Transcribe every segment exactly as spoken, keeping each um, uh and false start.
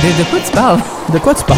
De, de quoi tu parles? De quoi tu parles?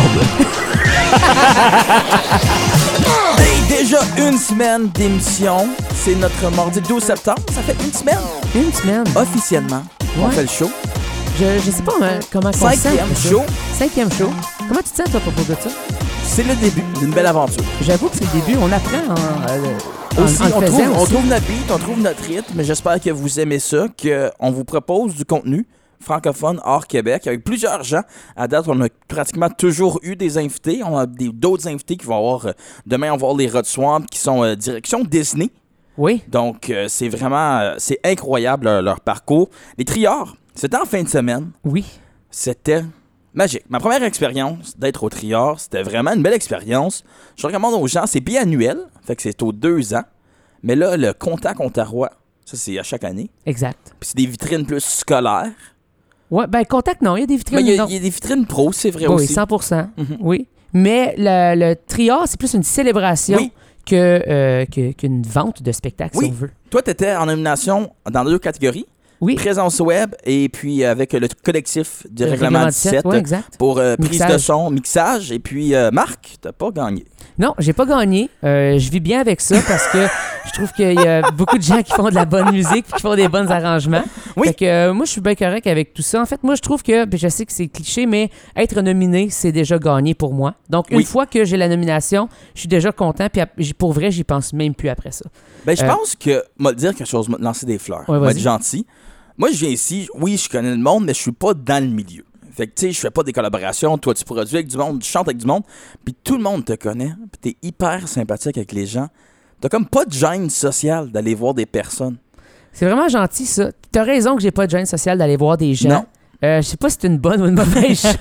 Hey, déjà une semaine d'émission. C'est notre mardi douze septembre. Ça fait une semaine. Une semaine. Officiellement, on Ouais. fait le show. Je, je sais pas hein, comment on se sent. Cinquième après ça. show. Cinquième show. Comment tu te sens, toi, à propos de ça? C'est le début d'une belle aventure. J'avoue que c'est le début. On apprend en, euh, en, Aussi, en le on, faisant trouve, on aussi. trouve notre beat, on trouve notre rythme. J'espère que vous aimez ça, qu'on vous propose du contenu francophone hors Québec avec plusieurs gens. À date, on a pratiquement toujours eu des invités. On a des, d'autres invités qui vont avoir... Euh, demain, on va avoir les Rod Swamp qui sont euh, direction Disney. Oui. Donc, euh, c'est vraiment... euh, c'est incroyable leur, leur parcours. Les Triards, c'était en fin de semaine. Oui. C'était magique. Ma première expérience d'être au Triard, c'était vraiment une belle expérience. Je recommande aux gens, c'est biannuel, fait que c'est aux deux ans. Mais là, le Contact Ontario, ça c'est à chaque année. Exact. Puis c'est des vitrines plus scolaires. Ouais, ben, contact, non. Il y a des vitrines. Mais il y, a- non. il y a des vitrines pro, c'est vrai Oui, aussi. cent pour cent. Mhm. Oui. Mais le, le triard, c'est plus une célébration Oui. que, euh, que- qu'une vente de spectacle, Oui. si on veut. Toi, tu étais en nomination dans deux catégories. Oui. Présence web et puis avec le collectif du Le règlement dix-sept ouais, exact. pour euh, prise Mixage. de son, mixage. Et puis, euh, Marc, t'as pas gagné. Non, j'ai pas gagné. Euh, je vis bien avec ça parce que je trouve qu'il y a beaucoup de gens qui font de la bonne musique et qui font des bons arrangements. Oui. Fait que euh, moi, je suis bien correct avec tout ça. En fait, moi, je trouve que, puis je sais que c'est cliché, mais être nominé, c'est déjà gagné pour moi. Donc, une Oui. fois que j'ai la nomination, je suis déjà content. Puis ap- pour vrai, j'y pense même plus après ça. Ben, je Euh, pense que, moi, te dire quelque chose, moi, te lancer des fleurs. Ouais, Moi, vas-y. être gentil. Moi, je viens ici, oui, je connais le monde, mais je suis pas dans le milieu. Fait que, tu sais, je fais pas des collaborations. Toi, tu produis avec du monde, tu chantes avec du monde, puis tout le monde te connaît, puis t'es hyper sympathique avec les gens. T'as comme pas de gêne sociale d'aller voir des personnes. C'est vraiment gentil, ça. T'as raison que j'ai pas de gêne sociale d'aller voir des gens. Non. Euh, je sais pas si c'est une bonne ou une mauvaise chose.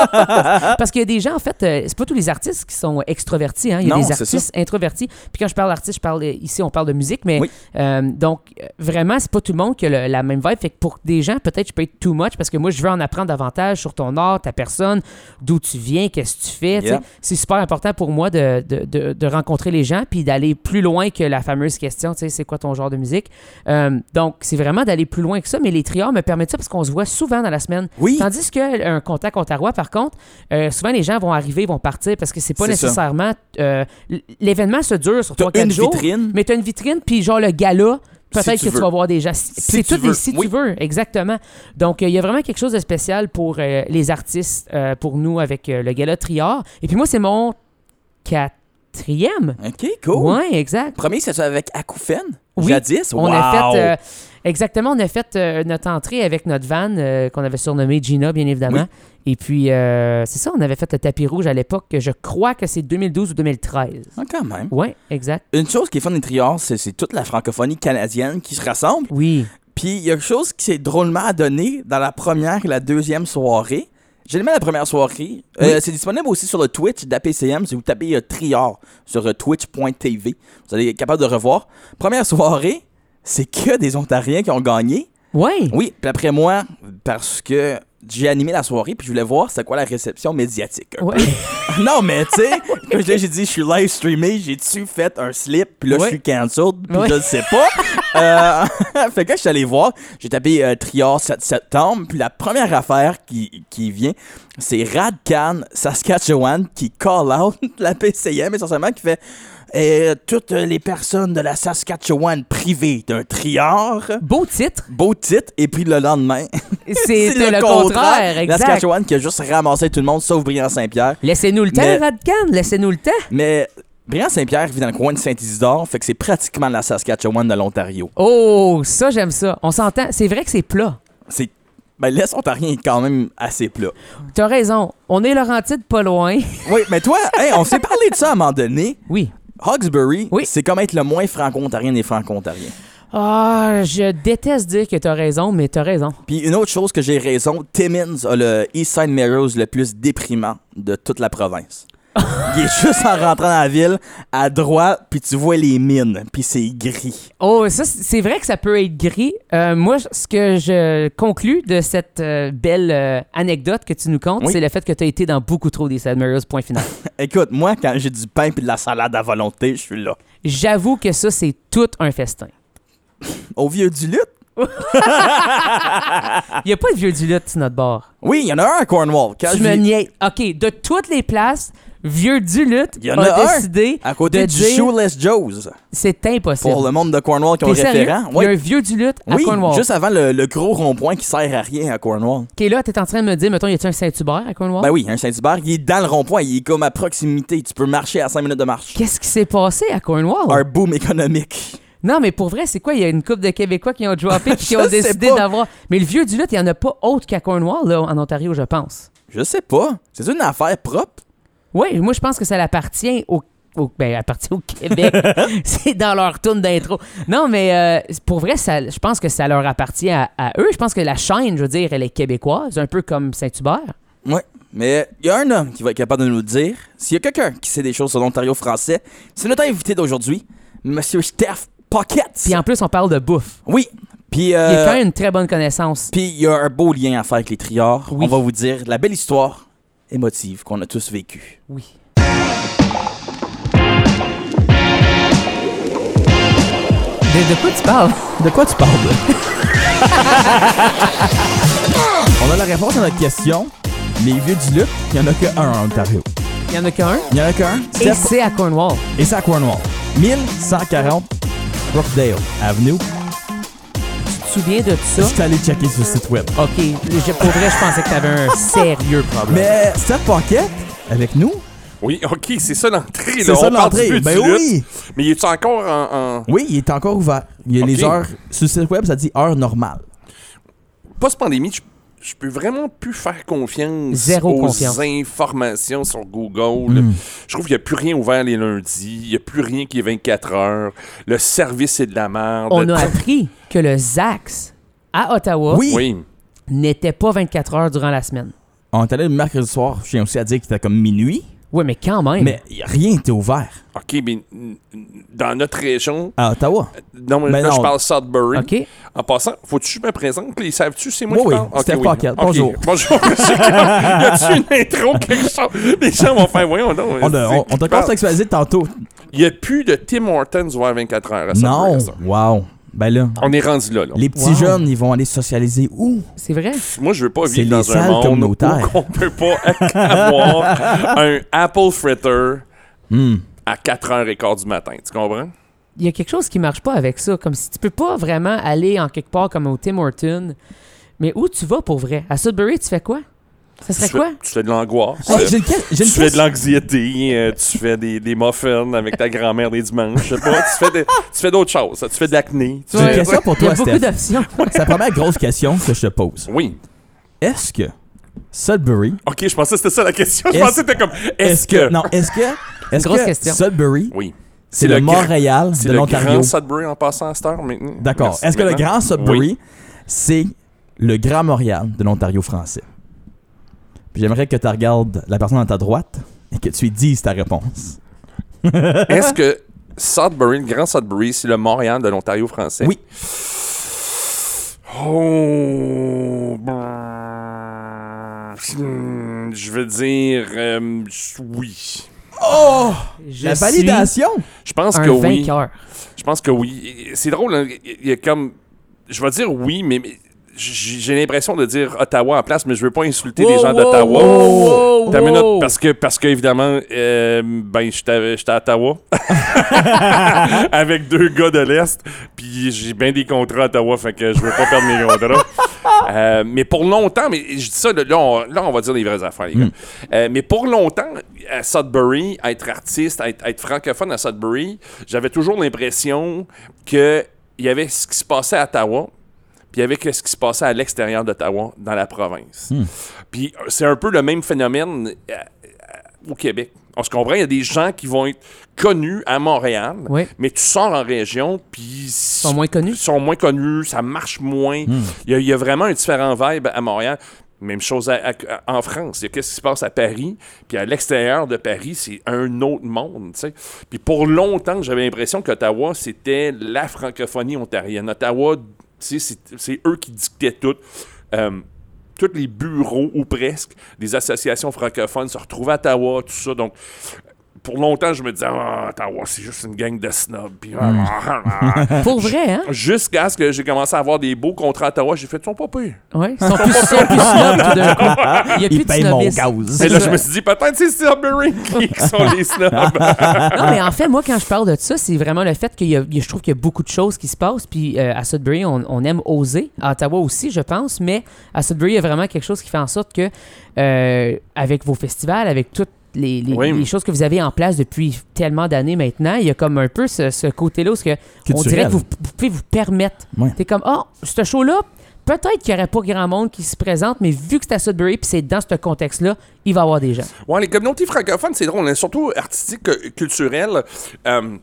Parce qu'il y a des gens, en fait, euh, c'est pas tous les artistes qui sont extrovertis. Hein? Il y a Non, des c'est artistes introvertis. Puis quand je parle d'artiste, je parle euh, ici, on parle de musique, mais Oui. euh, donc euh, vraiment, c'est pas tout le monde qui a le- la même vibe. Fait que pour des gens, peut-être je peux être too much parce que moi, je veux en apprendre davantage sur ton art, ta personne, d'où tu viens, qu'est-ce que tu fais. tu sais. Yeah. C'est super important pour moi de, de, de, de rencontrer les gens puis d'aller plus loin que la fameuse question, tu sais, c'est quoi ton genre de musique. Euh, donc, c'est vraiment d'aller plus loin que ça, mais les triards me permettent ça parce qu'on se voit souvent dans la semaine. Oui. Tandis qu'un contact Ontario, par contre, euh, souvent les gens vont arriver, vont partir parce que c'est pas C'est ça. nécessairement... euh, l- l'événement se dure sur T'as trois quatre une jours, vitrine. mais t'as une vitrine, puis genre le gala, peut-être Si tu que tu veux. vas voir des gens. Si- Si c'est tu tout des veux, si oui. tu veux, exactement. Donc, il y a vraiment quelque chose de spécial pour euh, les artistes, euh, pour nous, avec euh, le gala Triard. Et puis moi, c'est mon quatrième. OK, cool. Ouais, exact. Premier, c'est ça avec Acouphène? Oui. Jadis? On Wow. a fait... euh, exactement, on a fait euh, notre entrée avec notre van euh, qu'on avait surnommé Gina, bien évidemment. Et puis, euh, c'est ça, on avait fait le tapis rouge à l'époque, que je crois que c'est deux mille douze ou deux mille treize. Ah, quand même. Oui, exact. Une chose qui est fun des Triards, c'est, c'est toute la francophonie canadienne qui se rassemble. Oui. Puis il y a quelque chose qui s'est drôlement donné dans la première et la deuxième soirée. J'ai aimé la première soirée. Euh, Oui. c'est disponible aussi sur le Twitch d'A P C M. Si vous tapez euh, Triard sur euh, twitch point t v, vous allez être capable de revoir. Première soirée, c'est que des Ontariens qui ont gagné. Oui. Oui, puis après moi, parce que j'ai animé la soirée, puis je voulais voir c'était quoi la réception médiatique. un Ouais. peu. Non, mais tu sais, comme je l'ai- j'ai dit, je suis live streamé, j'ai-tu fait un slip, puis là, Ouais. je suis cancelled, puis Ouais. je le sais pas. Euh, fait que là, je suis allé voir, j'ai tapé euh, Triard sept septembre, puis la première affaire qui, qui vient, c'est Radcan Saskatchewan qui call out la P C M, essentiellement, qui fait euh, toutes les personnes de la Saskatchewan privées d'un Triard. Beau titre. Beau titre, et puis le lendemain, C'est le, contraire, La exact. Saskatchewan qui a juste ramassé tout le monde, sauf Brian Saint-Pierre. Laissez-nous le temps, Mais- Radcan. Laissez-nous le temps. Mais Brian Saint-Pierre vit dans le coin de Saint-Isidore, fait que c'est pratiquement la Saskatchewan de l'Ontario. Oh, ça, j'aime ça. On s'entend. C'est vrai que c'est plat. C'est... Ben, l'Est ontarien est quand même assez plat. T'as raison. On est Laurentide pas loin. Oui, mais toi, hey, on s'est parlé de ça à un moment donné. Oui. Hawkesbury, Oui. c'est comme être le moins franco-ontarien des franco-ontariens. Ah, je déteste dire que t'as raison, mais t'as raison. Puis une autre chose que j'ai raison, Timmins a le Eastside Meadows le plus déprimant de toute la province. Il est juste en rentrant dans la ville, à droite, puis tu vois les mines, puis c'est gris. Oh, ça, c- c'est vrai que ça peut être gris. Euh, moi, j- ce que je conclus de cette euh, belle euh, anecdote que tu nous contes, Oui. c'est le fait que tu as été dans beaucoup trop des Sad Mirrors, point final. Écoute, moi, quand j'ai du pain et de la salade à volonté, je suis là. J'avoue que ça, c'est tout un festin. Au Vieux du Lutte, Il n'y a pas de vieux du lutte sur notre bord. Oui, il y en a un à Cornwall. Quand Tu je me vis- niaises. OK, de toutes les places, vieux du lutte Il y en a, a un décidé à côté de du dire Shoeless Joe's. c'est impossible. Pour le monde de Cornwall qui ont T'es le sérieux? référent. Il y a un vieux du lutte à Oui, Cornwall. juste avant le, le gros rond-point qui sert à rien à Cornwall. OK, là, t'es en train de me dire, mettons, y a-tu un Saint-Hubert à Cornwall? Ben oui, un Saint-Hubert, il est dans le rond-point, il est comme à proximité. Tu peux marcher à cinq minutes de marche. Qu'est-ce qui s'est passé à Cornwall? Un boom économique. Non, mais pour vrai, c'est quoi? Il y a une couple de Québécois qui ont droppé et qui Je ont sais décidé pas. d'avoir... Mais le vieux du lutte, il n'y en a pas autre qu'à Cornwall, là, en Ontario, je pense. Je sais pas. C'est une affaire propre. Oui, moi, je pense que ça appartient au... au ben, appartient au Québec. C'est dans leur tourne d'intro. Non, mais euh, pour vrai, ça, je pense que ça leur appartient à, à eux. Je pense que la chaîne, je veux dire, elle est québécoise, un peu comme Saint-Hubert. Oui, mais il y a un homme qui va être capable de nous le dire. S'il y a quelqu'un qui sait des choses sur l'Ontario français, c'est notre invité d'aujourd'hui, Monsieur Steph Pocket. Puis en plus, on parle de bouffe. Oui, puis Il euh, a quand même une très bonne connaissance. puis il y a un beau lien à faire avec les triards. Oui. On va vous dire la belle histoire émotive qu'on a tous vécue. Oui. De, de quoi tu parles? De quoi tu parles? On a la réponse à notre question. Les vieux du lutte, il n'y en a qu'un en Ontario. Il y en a qu'un. Il n'y en a qu'un. Et Steph- c'est à Cornwall. Et c'est à Cornwall. mille cent quarante Brookdale Avenue. Tu te souviens de ça? Je suis allé checker sur le site web. OK. Je, pour vrai, je pensais que tu avais un sérieux problème. Mais Steph Pocket, avec nous, Oui, OK, c'est ça l'entrée. c'est là. ça On parle du l'entrée. but Ben du lutte. oui! Mais il est encore en, en- Oui, il est encore ouvert. Il y a Ok. les heures. Sur le site web, ça dit heure normale. Post-pandémie, je, je peux vraiment plus faire confiance Zéro aux confiance. informations sur Google. Mm. Je trouve qu'il n'y a plus rien ouvert les lundis. Il n'y a plus rien qui est vingt-quatre heures. Le service est de la merde. On a appris que le Zax à Ottawa Oui! Oui. n'était pas vingt-quatre heures durant la semaine. On est allé le mercredi soir. Je tiens aussi à dire qu'il était comme minuit. Oui, mais quand même. Mais y a rien n'était ouvert OK, mais mm, dans notre région... à Ottawa. Non, mais Ben là, non. je parle Sudbury. OK. En passant, faut-tu que je me présente? Ils savent-tu c'est moi Oui, qui oui. parle? Ok, Steph oui. Pocket. Ok. Bonjour. Bonjour, monsieur. Y a-tu une intro, quelque chose? Les gens vont faire, voyons donc. On, a- on, on t'a contextualisé tantôt. Il n'y a plus de Tim Hortons ouvert vingt-quatre heures à Sudbury, Non! à ça. Wow! Ben là, On est rendu là, là. les petits Wow. jeunes, ils vont aller socialiser où? C'est vrai? Moi, je veux pas C'est vivre les dans un salles monde où communautaires. on peut pas avoir un apple fritter Hmm. à quatre heures quinze du matin. Tu comprends? Il y a quelque chose qui marche pas avec ça. Comme si tu peux pas vraiment aller en quelque part comme au Tim Hortons. Mais où tu vas pour vrai? À Sudbury, tu fais quoi? Ça serait tu quoi? Fais, tu fais de l'angoisse. Hey, euh, j'ai une, que- j'ai tu une fais de question. l'anxiété, euh, tu fais des, des muffins avec ta grand-mère des dimanches, je sais pas, tu fais, de- tu fais d'autres choses, tu fais de l'acné. tu J'ai une fais- question pour Il y a toi, beaucoup Steph. d'options. C'est la première grosse question que je te pose. Oui. Est-ce que Sudbury... Ok, je pensais que c'était ça la question. Je Est-ce- pensais que c'était comme, est-ce que... Non, est-ce que... Est-ce Grosse que question. Sudbury, Oui. c'est le, gr- Montréal C'est de le l'Ontario? grand Sudbury en passant à cette heure maintenant. D'accord. Merci. Est-ce que le Maintenant? grand Sudbury, Oui. c'est le grand Montréal de l'Ontario français? Puis j'aimerais que tu regardes la personne à ta droite et que tu lui dises ta réponse. Est-ce que Sudbury, le grand Sudbury, c'est le Montréal de l'Ontario français? Oui. Oh... Hmm, Je veux dire... euh, oui. Oh! Je La suis validation! Je pense un que oui. vainqueur. Je pense que oui. C'est drôle, hein, il y a comme... Je vais dire oui, mais... mais j'ai j'ai l'impression de dire Ottawa en place, mais je veux pas insulter les Wow, gens wow, d'Ottawa. wow, T'as une minute, wow. parce que, parce que évidemment, euh, ben, j'étais j'étais à Ottawa avec deux gars de l'Est, puis j'ai bien des contrats à Ottawa, fait que je veux pas perdre mes contrats. Euh, mais pour longtemps, mais je dis ça, là, on, là, on va dire les vraies affaires, les gars. Mm. Euh, mais pour longtemps, à Sudbury, être artiste, être, être francophone à Sudbury, j'avais toujours l'impression qu'il y avait ce qui se passait à Ottawa, puis il y avait que ce qui se passait à l'extérieur d'Ottawa, dans la province. Hmm. Puis euh, c'est un peu le même phénomène euh, euh, au Québec. On se comprend, il y a des gens qui vont être connus à Montréal, Oui. mais tu sors en région, puis... Ils sont moins connus. sont moins connus, ça marche moins. Hmm. Il y a- il y, a vraiment un différent vibe à Montréal. Même chose à- à- en France. Il y a qu'est-ce qui se passe à Paris, puis à l'extérieur de Paris, c'est un autre monde, tu sais. Puis pour longtemps, j'avais l'impression qu'Ottawa, c'était la francophonie ontarienne. Ottawa, tu sais, c'est, c'est eux qui dictaient tout. Euh, tous les bureaux, ou presque, des associations francophones se retrouvaient à Ottawa, tout ça. Donc, pour longtemps, je me disais, ah, Ottawa, c'est juste une gang de snobs. Puis, mm. Pour vrai, hein? Jusqu'à ce que j'ai commencé à avoir des beaux contrats à Ottawa, j'ai fait, ils sont pas pires. Oui, ils sont plus, ils sont plus snobs tout d'un coup. Il y a plus Ils de payent mon snobisme. gaz. Et là, je me suis dit, peut-être c'est Sudbury qui sont les snobs. Non, mais en fait, moi, quand je parle de ça, c'est vraiment le fait qu'il y a, je trouve qu'il y a beaucoup de choses qui se passent. Puis euh, à Sudbury, on, on aime oser. À Ottawa aussi, je pense. Mais à Sudbury, il y a vraiment quelque chose qui fait en sorte que, euh, avec vos festivals, avec toutes les, les, oui. les choses que vous avez en place depuis tellement d'années maintenant, il y a comme un peu ce, ce côté-là où que on dirait que vous, vous pouvez vous permettre. Ouais. C'est comme, ah, oh, ce show-là, peut-être qu'il n'y aurait pas grand monde qui se présente, mais vu que c'est à Sudbury puis c'est dans ce contexte-là, il va y avoir des gens. Ouais, les communautés francophones, c'est drôle, hein, surtout artistiques, culturelles. Euh,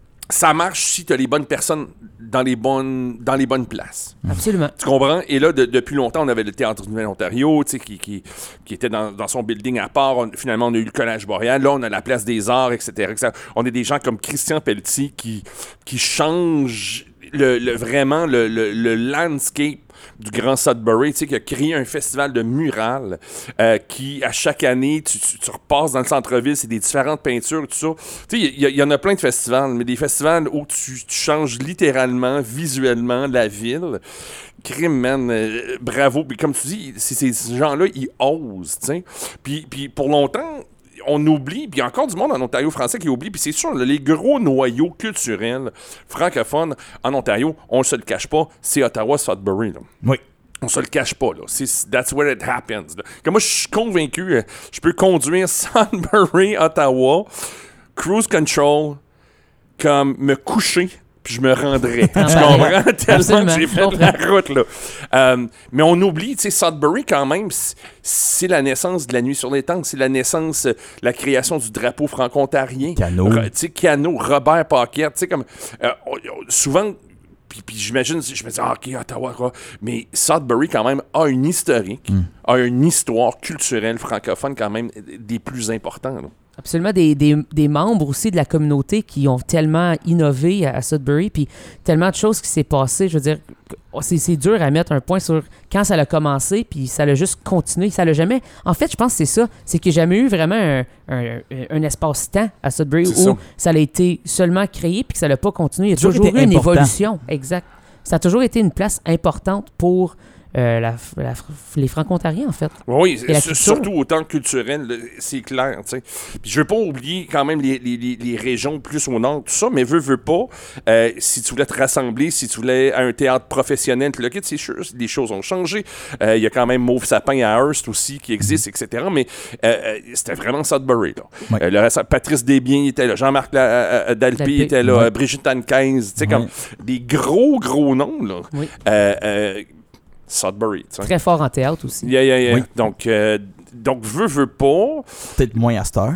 ça marche si tu as les bonnes personnes dans les bonnes, dans les bonnes places. Absolument. Tu comprends? Et là, de, depuis longtemps, on avait le Théâtre du Nouvel-Ontario, tu sais, qui, qui, qui était dans, dans son building à part. On, finalement, on a eu le Collège Boréal. Là, on a la Place des Arts, et cetera, et cetera. On a des gens comme Christian Pelletier qui, qui changent le, le, vraiment le, le, le landscape du Grand Sudbury, tu sais, qui a créé un festival de murales euh, qui, à chaque année, tu, tu, tu repasses dans le centre-ville, c'est des différentes peintures, tout ça. Tu sais, il y, y en a plein de festivals, mais des festivals où tu, tu changes littéralement, visuellement, la ville. Crime, man, euh, bravo. Puis comme tu dis, c'est, ces gens-là, ils osent, tu sais. Puis, puis pour longtemps, on oublie, puis il y a encore du monde en Ontario français qui oublie, puis c'est sûr, là, les gros noyaux culturels francophones en Ontario, on ne se le cache pas, c'est Ottawa, Sudbury. Là. Oui. On se le cache pas, là. C'est, that's where it happens. Là. Comme moi, je suis convaincu, euh, je peux conduire Sudbury, Ottawa, cruise control, comme me coucher, puis je me rendrais. Tu comprends? Tellement que j'ai fait la route, là. Euh, mais on oublie, tu sais, Sudbury, quand même, c'est la naissance de la Nuit sur les Tanks, c'est la naissance, la création du drapeau franco-ontarien. Cano. Tu sais, Cano, Robert Paquette, tu sais, comme... Euh, souvent... Puis, puis j'imagine, je me dis, ah, OK, Ottawa, quoi. Mais Sudbury, quand même, a une historique, mm. a une histoire culturelle francophone, quand même, des plus importants, là. Absolument, des, des, des membres aussi de la communauté qui ont tellement innové à, à Sudbury, puis tellement de choses qui s'est passé. Je veux dire, c'est, c'est dur à mettre un point sur quand ça a commencé, puis ça l'a juste continué. Ça l'a jamais... En fait, je pense que c'est ça. C'est qu'il n'y a jamais eu vraiment un, un, un espace-temps à Sudbury c'est où ça. ça a été seulement créé, puis que ça n'a pas continué. Il y a toujours, toujours eu une important. évolution. Exact. Ça a toujours été une place importante pour... Euh, la, la, les Franco-Ontariens, en fait. Oui, s- surtout autant culturel, c'est clair. T'sais. Puis je veux pas oublier quand même les, les, les, les régions plus au nord, tout ça, mais veux, veux pas, euh, si tu voulais te rassembler, si tu voulais à un théâtre professionnel, le kit, c'est sûr, les choses ont changé. Il euh, y a quand même Mauve Sapin à Hearst aussi qui existe, et cetera. Mais euh, c'était vraiment Sudbury. Là. Oui. Euh, le reste, Patrice Desbiens était là, Jean-Marc la, euh, Dalpé, Dalpé était là, oui. Brigitte Annequinze, tu sais, oui. comme des gros, gros noms, là. Oui. Euh, euh, Sudbury. T'sais. Très fort en théâtre aussi. Yeah, yeah, yeah. Oui. Donc, euh, donc, veux, veux pas. Peut-être moins à cette heure.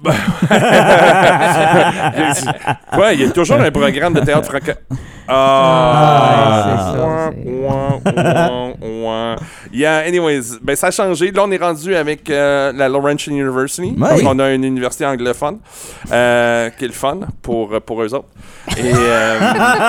Ouais, il y a toujours un programme de théâtre franco. Ah, ah c'est ça. Ouais. Yeah, anyways, ben ça a changé. Là, on est rendu avec euh, la Laurentian University. Oui. On a une université anglophone euh, qui est le fun pour, pour eux autres. Et, euh,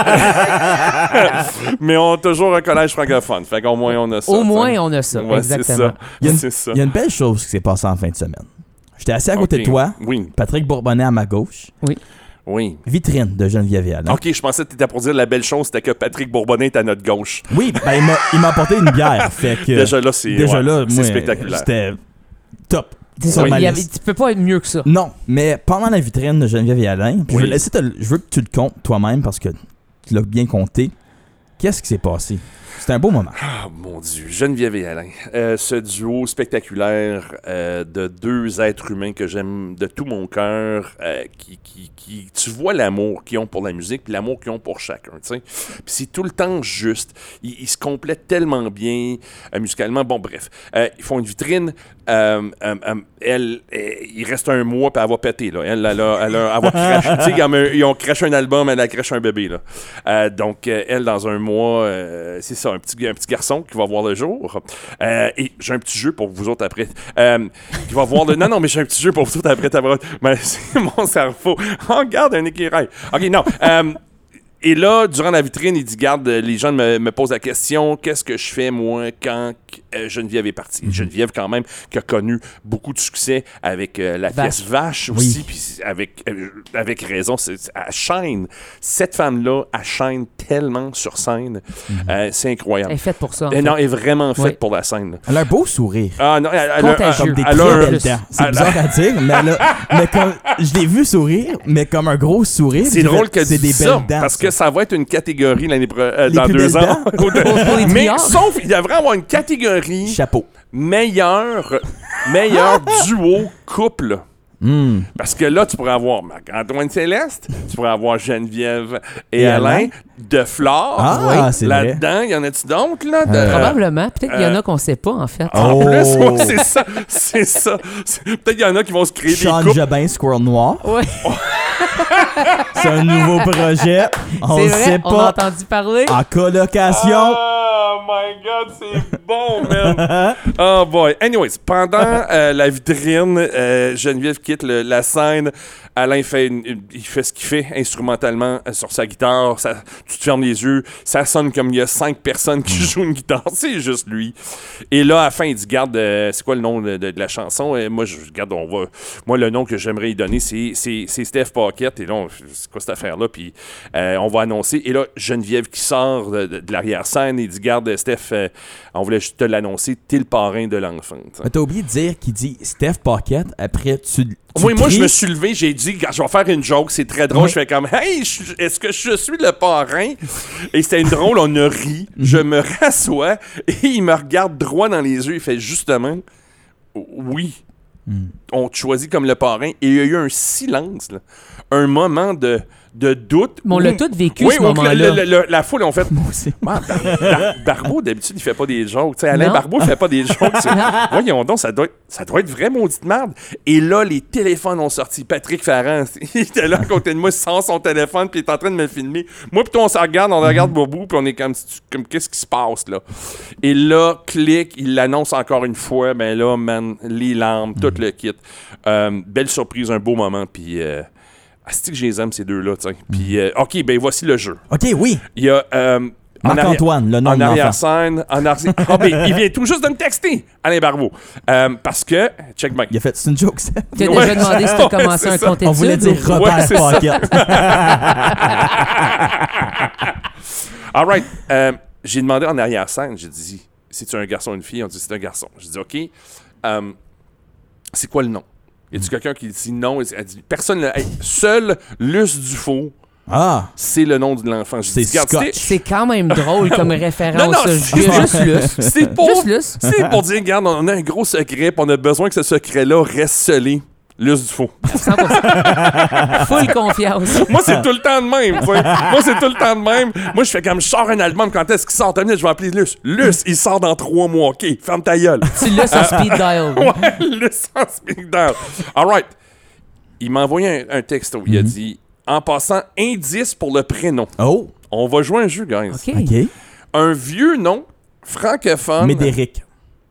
mais on a toujours un collège francophone. Fait qu'au moins, on a ça. Au moins, t'sais. on a ça. Ouais, exactement. C'est ça. Il y, a une, c'est ça. il y a une belle chose qui s'est passée en fin de semaine. J'étais assis à côté okay. de toi. Oui. Patrick Bourbonnais à ma gauche. Oui. Oui. Vitrine de Geneviève et Alain. OK, je pensais que tu étais pour dire la belle chose, c'était que Patrick Bourbonnais est à notre gauche. Oui, ben il m'a, il m'a apporté une bière. Fait que, déjà là, c'est, déjà ouais, là, c'est moi, spectaculaire. C'était top. Ça, il y avait, tu peux pas être mieux que ça. Non, mais pendant la vitrine de Geneviève et Alain, oui. je, veux laisser te, je veux que tu le comptes toi-même parce que tu l'as bien compté. Qu'est-ce qui s'est passé? C'était un beau moment. Ah, mon Dieu. Geneviève et Alain. Euh, ce duo spectaculaire euh, de deux êtres humains que j'aime de tout mon cœur, euh, qui, qui, qui, tu vois l'amour qu'ils ont pour la musique puis l'amour qu'ils ont pour chacun, tu sais. Puis c'est tout le temps juste. Ils, ils se complètent tellement bien euh, musicalement. Bon, bref. Euh, ils font une vitrine. Euh, euh, euh, elle, elle, il reste un mois puis elle va péter, là. Elle, elle, a, elle, a, elle va cracher. Tu sais, un, ils ont craché un album, elle a craché un bébé, là. Euh, donc, euh, elle, dans un mois, euh, c'est ça, un petit, un petit garçon qui va voir le jour. Euh, et j'ai un petit jeu pour vous autres après. Euh, qui va voir le... Non, non, mais j'ai un petit jeu pour vous autres après. Mais c'est mon cerveau. Oh, regarde un écureuil. OK, non. Euh, Et là, durant la vitrine, il dit, garde, les gens me, me posent la question, qu'est-ce que je fais, moi, quand euh, Geneviève est partie? Mm-hmm. Geneviève, quand même, qui a connu beaucoup de succès avec euh, la Vache. pièce Vache aussi, oui. puis avec, euh, avec raison, c'est, elle chaîne. Cette femme-là, elle chaîne tellement sur scène, mm-hmm. euh, c'est incroyable. Elle est faite pour ça. En et fait. non, elle est vraiment faite oui. pour la scène. Là. Elle a un beau sourire. Ah non, elle, elle, elle, elle, comme des elle, très elle belles dents. C'est elle, bizarre à dire, mais, elle a, mais comme, je l'ai vu sourire, mais comme un gros sourire. C'est drôle fait, que c'est des ça, belles dents. parce ça. que ça va être une catégorie l'année pro- euh, Les dans plus deux belles ans. Pour les Mais triards. sauf, il devrait avoir une catégorie Chapeau. meilleur, meilleur duo couple. Mm. Parce que là, tu pourrais avoir Marc-Antoine Céleste, tu pourrais avoir Geneviève et, Et Alain, Alain. de Flore. Ah, oui. c'est vrai. Là-dedans, il y en a-tu d'autres, là? De... Euh, Probablement. Peut-être qu'il y en euh, a qu'on sait pas, en fait. En Oh. plus, ouais, c'est ça. C'est ça. C'est- Peut-être qu'il y en a qui vont se créer Sean des couples. Jobin, Squirrel Noir. Ouais. C'est un nouveau projet. On C'est ne vrai, sait on a pas. entendu parler. En colocation. Oh my God, c'est bon, man! Oh boy. Anyways, pendant euh, la vitrine, euh, Geneviève quitte le- la scène. Alain fait, une- une- il fait ce qu'il fait instrumentalement euh, sur sa guitare. Ça, tu te fermes les yeux, ça sonne comme il y a cinq personnes qui jouent une guitare. C'est juste lui. Et là, à la fin, il dit, garde, euh, c'est quoi le nom de, de- de la chanson? Et moi, je garde, on va. Moi, le nom que j'aimerais y donner, c'est, c'est, c'est Steph Paquette. Et là, on- c'est quoi cette affaire-là? Puis euh, on va annoncer. Et là, Geneviève qui sort de, de- de l'arrière-scène, il dit, garde, Steph, euh, on voulait juste te l'annoncer, t'es le parrain de l'enfant. t'sais. Mais t'as oublié de dire qu'il dit Steph Paquette. Après, tu. tu Oui, moi, je cries. me suis levé, j'ai dit, gars, je vais faire une joke, c'est très drôle. Oui. Je fais comme, hey, je- est-ce que je suis le parrain? Et c'était une drôle, on a ri. Je me rassois et il me regarde droit dans les yeux. Il fait justement, oui, Mm. on te choisit comme le parrain. Et il y a eu un silence, là. Un moment de, de doute. Mais on où- l'a tous vécu, oui, ce où moment-là. le- le- le- la foule, on fait. Moi aussi. Ah, Bar- Bar- Barbeau, d'habitude, il fait pas des jokes. Tu sais, Alain Non. Barbeau fait pas des jokes. C'est- Voyons donc, ça doit, être, ça doit être vrai maudite merde. Et là, les téléphones ont sorti. Patrick Ferrand, il était là à côté de moi, sans son téléphone, puis il est en train de me filmer. Moi, puis toi, on se regarde, on regarde Boubou, puis on est comme, comme qu'est-ce qui se passe, là? Et là, clic, il l'annonce encore une fois. Ben là, man, les larmes, tout le kit. Euh, belle surprise, un beau moment, puis... Euh, ah, c'est que je les aime, ces deux-là, tu sais. Puis, euh, OK, ben voici le jeu. Ok, oui. Il y a... euh, en arrière- Marc-Antoine, le nom en de l'enfant. arrière-scène, en arrière Ah, ben, il vient tout juste de me texter, Alain Barbeau. Euh, parce que, check back. Il a fait, c'est une joke, ça. Tu as Ouais. déjà demandé si tu Ouais, commencé c'est un ça. compte On voulait dire études. Robert Ouais, c'est ça. Paquette. All right. Euh, j'ai demandé en arrière-scène, j'ai dit, c'est-tu un garçon ou une fille? On dit, c'est un garçon. J'ai dit, OK. Euh, c'est quoi le nom? Y a-tu quelqu'un qui dit non? Elle dit, personne. Hey, seul Luce Dufault, Ah, c'est le nom de l'enfant. J'ai C'est dit, regarde, Scotch. c'était- C'est quand même drôle comme référence. Non, non, ça. c'est- Juste juste Luce. c'est pour, Juste Luce. c'est pour dire, regarde, on a un gros secret, puis on a besoin que ce secret-là reste scellé. Luce Dufault. cent pour cent. Full confiance. Moi, c'est tout le temps de même. tu sais. Moi, c'est tout le temps de même. Moi, je fais comme, je sors un album, quand est-ce qu'il sort? T'as une minute, je vais appeler Luce. Luce, il sort dans trois mois. OK, ferme ta gueule. Tu l'as sur speed dial. Ouais, Luce en speak down. All right. Il m'a envoyé un, un texto. Il a dit, en passant, indice pour le prénom. oh, On va jouer un jeu, guys. OK. ok. Un vieux nom francophone. Médéric.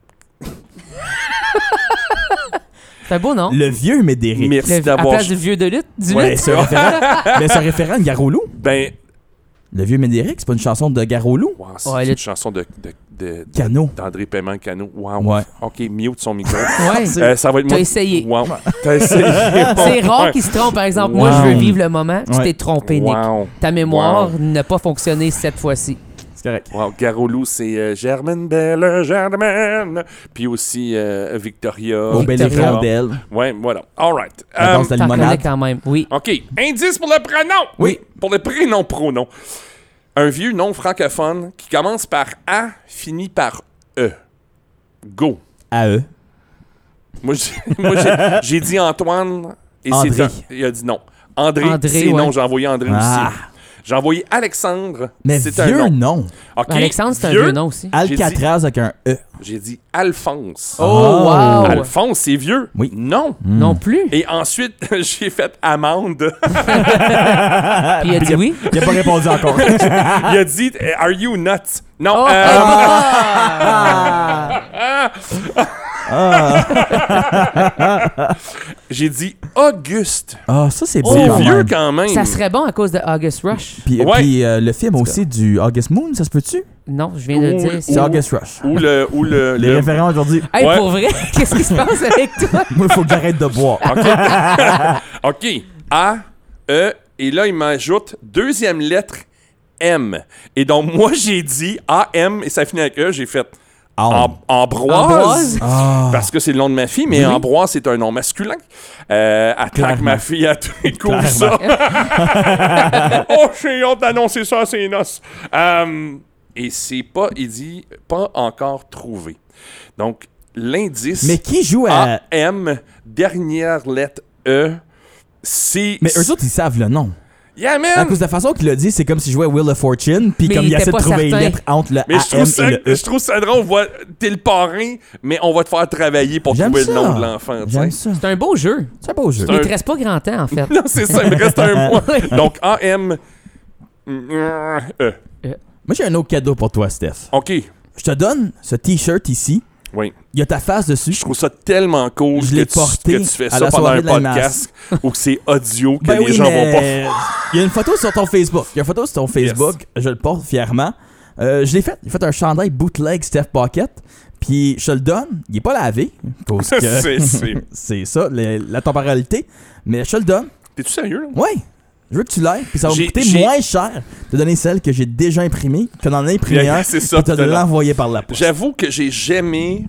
C'est un beau nom. Le vieux Médéric. Merci Le- à d'avoir... place du vieux de lutte, du Ouais, lutte. c'est un référent. Mais c'est un référent de Garolou. Ben, Le vieux Médéric, c'est pas une chanson de Garolou. wow, c'est Ouais, une le- chanson de, de, de, de- Cano. d'André Paiement Cano. Wow. Ouais. OK, mute son micro. Ouais. Euh, ça va être T'as moi- essayé. Wow. T'as essayé. C'est rare Ouais. qu'il se trompe. Par exemple, moi, Wow. je veux vivre le moment. Tu Ouais. t'es trompé, Nick. Wow. Ta mémoire Wow. n'a pas fonctionné cette fois-ci. C'est correct. Wow. Garolou, c'est euh, Germaine Belle, Germaine. Puis aussi euh, Victoria. Au bel Victoria. hirondelle. Ouais, voilà. All right. La Euh, danse de la T'en connais limonade. quand même, oui. OK. Indice pour le prénom. Oui. Pour le prénom pronom. Un vieux nom francophone qui commence par A, finit par E. Go. À eux. Moi, j'ai, moi, j'ai, j'ai dit Antoine et André. c'est un- il a dit non. André, André, c'est ouais. non. J'ai envoyé André Ah. aussi. J'ai envoyé Alexandre. Mais c'est vieux un nom. nom. OK. Alexandre, c'est un vieux nom aussi. Alcatraz avec un E. J'ai dit Alphonse. Oh, Oh. wow! Alphonse, c'est vieux. Oui. Non. Non plus. Et ensuite, j'ai fait Amande. Puis il a dit oui. Il a pas répondu encore. Il a dit Are you nuts? Non. Oh, euh, ah! Ah, J'ai dit Auguste. ah ça, c'est beau. C'est quand vieux même. quand même. Ça serait bon à cause de August Rush. Puis, Ouais. puis, euh, le film aussi du August Moon, ça se peut-tu? Non, je viens de le Ou- dire. C'est c'est- Ou- August Rush. Ou le... Ou le, Les le- référents aujourd'hui. Hey, Ouais. pour vrai, qu'est-ce qui se passe avec toi? Moi, il faut que j'arrête de boire. OK. A, E, et là, il m'ajoute deuxième lettre M. Et donc, moi, j'ai dit A, M, et ça finit avec E, j'ai fait Ah. Am- Ambroise. Ambroise? Ah. Parce que c'est le nom de ma fille, mais Oui. Ambroise, c'est un nom masculin. Euh, attaque Clairement. ma fille à tous les coups, ça. Oh, j'ai hâte d'annoncer ça à ses noces. Euh, et c'est pas, il dit, pas encore trouvé. Donc, l'indice Mais qui joue à. A, M, dernière lettre E, c'est... Mais eux autres, ils savent le nom. Yeah, À man! cause de la façon qu'il l'a dit, c'est comme s'il jouait Wheel of Fortune, puis Mais comme il il était essaie de pas trouver une certain. lettre entre le Mais je A, trouve, M ça, et le E. je trouve ça drôle. On va- T'es le parrain, mais on va te faire travailler pour J'aime trouver ça. le nom de l'enfant. tu sais. J'aime ça. C'est un beau jeu. C'est un beau jeu. Mais il un- te reste pas grand temps, en fait. Non, c'est ça, il me reste un mois. Oui. Donc, A, M, E. Moi, j'ai un autre cadeau pour toi, Steph. OK. Je te donne ce T-shirt ici. Oui. Il y a ta face dessus. Je trouve ça tellement cool Je que l'ai tu, porté que tu fais à ça la pendant soirée un de la podcast ou que c'est audio que Ben les oui, gens vont pas. mais il y a une photo sur ton Facebook. Il y a une photo sur ton Facebook. Je le porte fièrement. Euh, je l'ai fait. J'ai fait un chandail bootleg Steph Pocket. Puis je te le donne. Il est pas lavé. Parce que C'est- c'est- c'est ça, le- la temporalité. Mais je te le donne. T'es-tu sérieux, là? Ouais. Je veux que tu l'aies. Puis ça va me J'ai- coûter j'ai- moins cher de donner celle que j'ai déjà imprimée que d'en imprimer Bien, un. c'est ça, Et de tout à l'heure. l'envoyer par la poste. J'avoue que j'ai jamais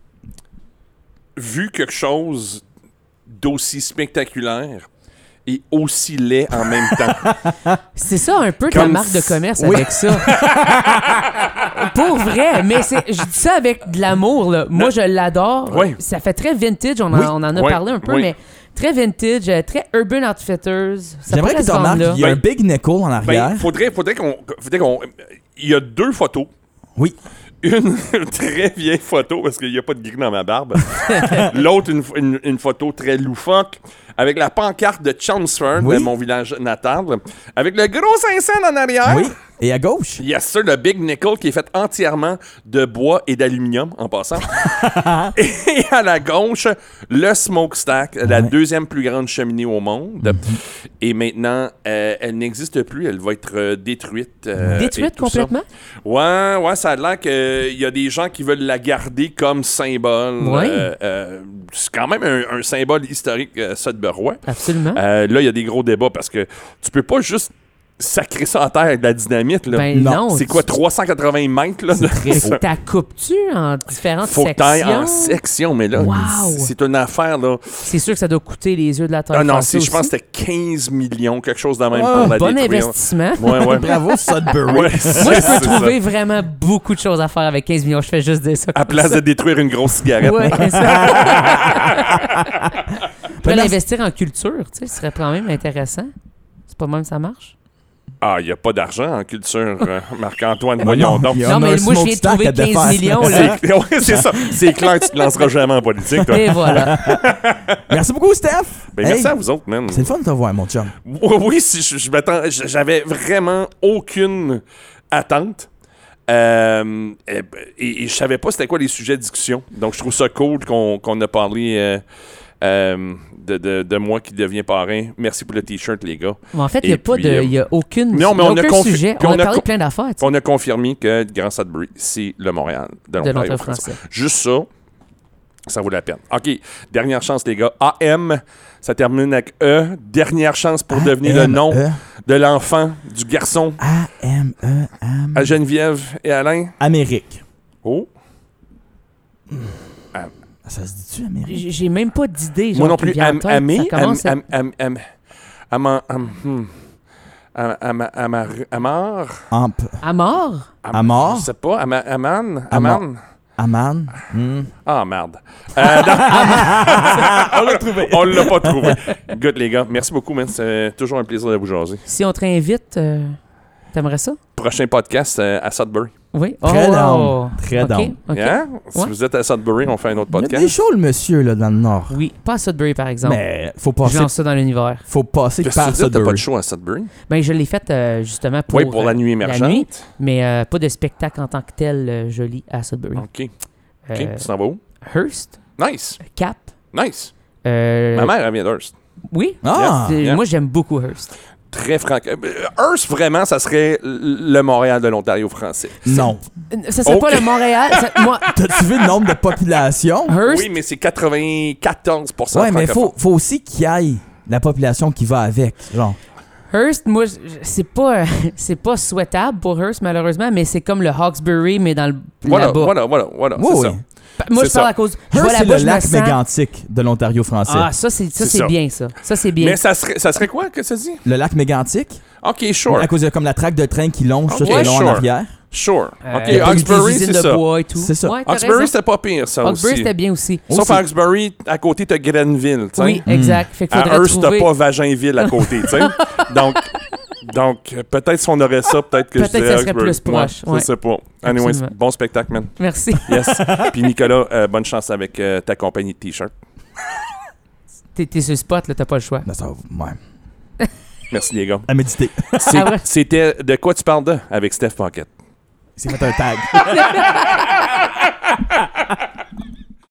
vu quelque chose d'aussi spectaculaire et aussi laid en même temps. C'est ça un peu ta Comme marque de si- commerce Oui. avec ça. Pour vrai, mais c'est, je dis ça avec de l'amour. Là. Moi, je l'adore. Oui. Ça fait très vintage, on en, Oui. on en a Oui. parlé un peu, Oui. mais très vintage, euh, très Urban Outfitters. Ça J'aimerais pourrait que se tu vendre remarques là. qu'il y a un Ben, big nickel en arrière. Ben, faudrait, faudrait qu'on. Faudrait qu'on. Il y a deux photos. Oui. Une très vieille photo parce qu'il n'y a pas de gris dans ma barbe. L'autre, une, une- une photo très loufoque avec la pancarte de Chelmsford, Oui. de mon village natal, avec le gros Saint-Saëns en arrière. Oui. Et à gauche. Il y a ça, le Big Nickel, qui est fait entièrement de bois et d'aluminium, en passant. Et à la gauche, le Smokestack, la Ouais. deuxième plus grande cheminée au monde. Mm-hmm. Et maintenant, euh, elle n'existe plus. Elle va être euh, détruite. euh, et Détruite tout ça. complètement? Ouais, ouais, ça a l'air qu'il y a des gens qui veulent la garder comme symbole. Ouais. Euh, euh, c'est quand même un, un symbole historique, euh, ça, de Berrois. Absolument. Euh, là, il y a des gros débats parce que tu peux pas juste sacrer ça en terre avec de la dynamite. Là. Ben non, non. C'est quoi, trois cent quatre-vingts mètres? Là, de- tu- T'as coupes-tu en différentes Faut que t'ailles sections? en section, mais là, Wow. c'est une affaire, là. C'est sûr que ça doit coûter les yeux de la terre. Ah non, faire c'est- ça je pense que aussi. c'était quinze millions, quelque chose de même Ah, pour la Bon détruire. investissement. Ouais, ouais. Bravo, Sudbury. Ouais, Moi, c'est- je peux c'est trouver ça. vraiment beaucoup de choses à faire avec quinze millions. Je fais juste dire ça. À place de détruire une grosse cigarette. Ouais, c'est ça. Peut Ben, l'investir en culture, tu sais, ce serait quand même intéressant. C'est pas même ça marche. Ah, il n'y a pas d'argent en culture, euh, Marc-Antoine. Ben Voyons non, donc. il y a Non, un mais moi, je viens de smokestack trouver à défaire. quinze millions, là. C'est ouais, c'est ça. C'est clair que tu te lanceras jamais en politique, toi. Et voilà. Merci beaucoup, Steph. Ben, Hey, merci à vous autres, man. C'est le fun de te voir, mon chum. Oui, oui, si je, je m'attends, j'avais vraiment aucune attente. Euh, et, et- et je savais pas c'était quoi les sujets de discussion. Donc, je trouve ça cool qu'on qu'on a parlé euh, euh, de, de, de moi qui deviens parrain. Merci pour le T-shirt, les gars. Mais en fait, il n'y a Et pas puis, de. euh, Il y a aucune. non, mais il y a on a aucun confi- sujet. puis On on a a parlé con- de plein d'affaires, tu sais, On a confirmé que Grand Sudbury, c'est le Montréal de de l'Ontario notre français. français. Juste ça, ça vaut la peine. OK, dernière chance, les gars. A M, ça termine avec E. Dernière chance pour devenir le nom A-M-E. de l'enfant, du garçon A M E M. à Geneviève et Alain. Amérique. Oh, Ça se dit-tu, Amérique? J'ai j'ai même pas d'idée. moi genre, non qui plus. vient en Am- tête. Amé, Ça commence à- am- am- am- am- am- am- hmm. Am- am- amar- Amar? Amp. À mort? Am- Amar? Je sais pas. Ama- Aman? Amar. Aman? Aman. Hmm. Ah, merde. Euh, non. On l'a trouvé. On l'a pas trouvé. Good, les gars. Merci beaucoup, man. C'est toujours un plaisir de vous jaser. Si on te réinvite, euh, t'aimerais ça? Prochain podcast euh, à Sudbury. Oui. Très Oh! down. Très OK, down. OK. Hein? Si Ouais. vous êtes à Sudbury, on fait un autre Il y a des podcast. shows, le monsieur, là, dans le Nord. Oui, pas à Sudbury, par exemple. Mais faut Je passer, lance ça dans l'univers. faut passer Qu'est-ce que par tu dis? T'as pas de Sudbury. show à Sudbury? Ben, je l'ai fait euh, justement pour, Oui, pour la euh, nuit émergente. nuit, mais euh, pas de spectacle en tant que tel euh, joli à Sudbury. OK. OK. Euh, Tu t'en vas où? Hearst? Nice. Cap. Nice. Euh, Ma mère, elle vient d'Hearst. Oui. Ah! C'est- Yeah. Moi, j'aime beaucoup Hearst. Très franc. Euh, Hearst, vraiment, ça serait le Montréal de l'Ontario français. Non. Ça serait Ok. pas le Montréal. ça- moi, T'as-tu vu le nombre de population? Hearst, Oui, mais c'est quatre-vingt-quatorze pour cent Ouais, mais francophone. faut, faut aussi qu'il y ait la population qui va avec. Genre. Hearst, moi, je- c'est pas, c'est pas souhaitable pour Hearst, malheureusement, mais c'est comme le Hawkesbury, mais dans le Voilà, là-bas. voilà, voilà, voilà. Oui, c'est oui. ça. Moi, C'est je parle ça. à cause. Je Hearst, vois c'est là-bas, le je me lac sens- mégantic de l'Ontario français. Ah, ça, c'est, ça, C'est c'est ça. bien, ça. Ça, c'est bien. Mais ça serait, ça serait quoi que ça dit? Le lac mégantic, OK, sure. à cause de comme la traque de train qui longe Ok, tout le long sure. en arrière. Sure. Euh, OK, il y a pas eu des Hawkesbury, usines c'est de ça. bois et tout. C'est ça. Ouais, t'as Hawkesbury, raison. c'était pas pire, ça Hawkesbury, aussi. c'était bien aussi. Sauf Aussi. à Hawkesbury, à côté, t'as Grenville, tu sais. Oui, exact. Fait qu'il À faudrait Hearst, t'as trouver... pas Vaginville à côté, tu sais. Donc, donc euh, peut-être si on aurait ça, peut-être que Peut-être je dirais que ça serait Hawkesbury. plus proche, Ouais, ouais. Je sais pas. Anyways, Absolument. bon spectacle, man. Merci. Yes. Puis Nicolas, euh, bonne chance avec euh, ta compagnie de t-shirt. T'es, t'es sur le spot, là, t'as pas le choix. Ben, ça, ouais. Merci, les gars. À méditer. C'est- Ah ouais? C'était de quoi tu parles de avec Steph Pocket. Il s'est fait un tag.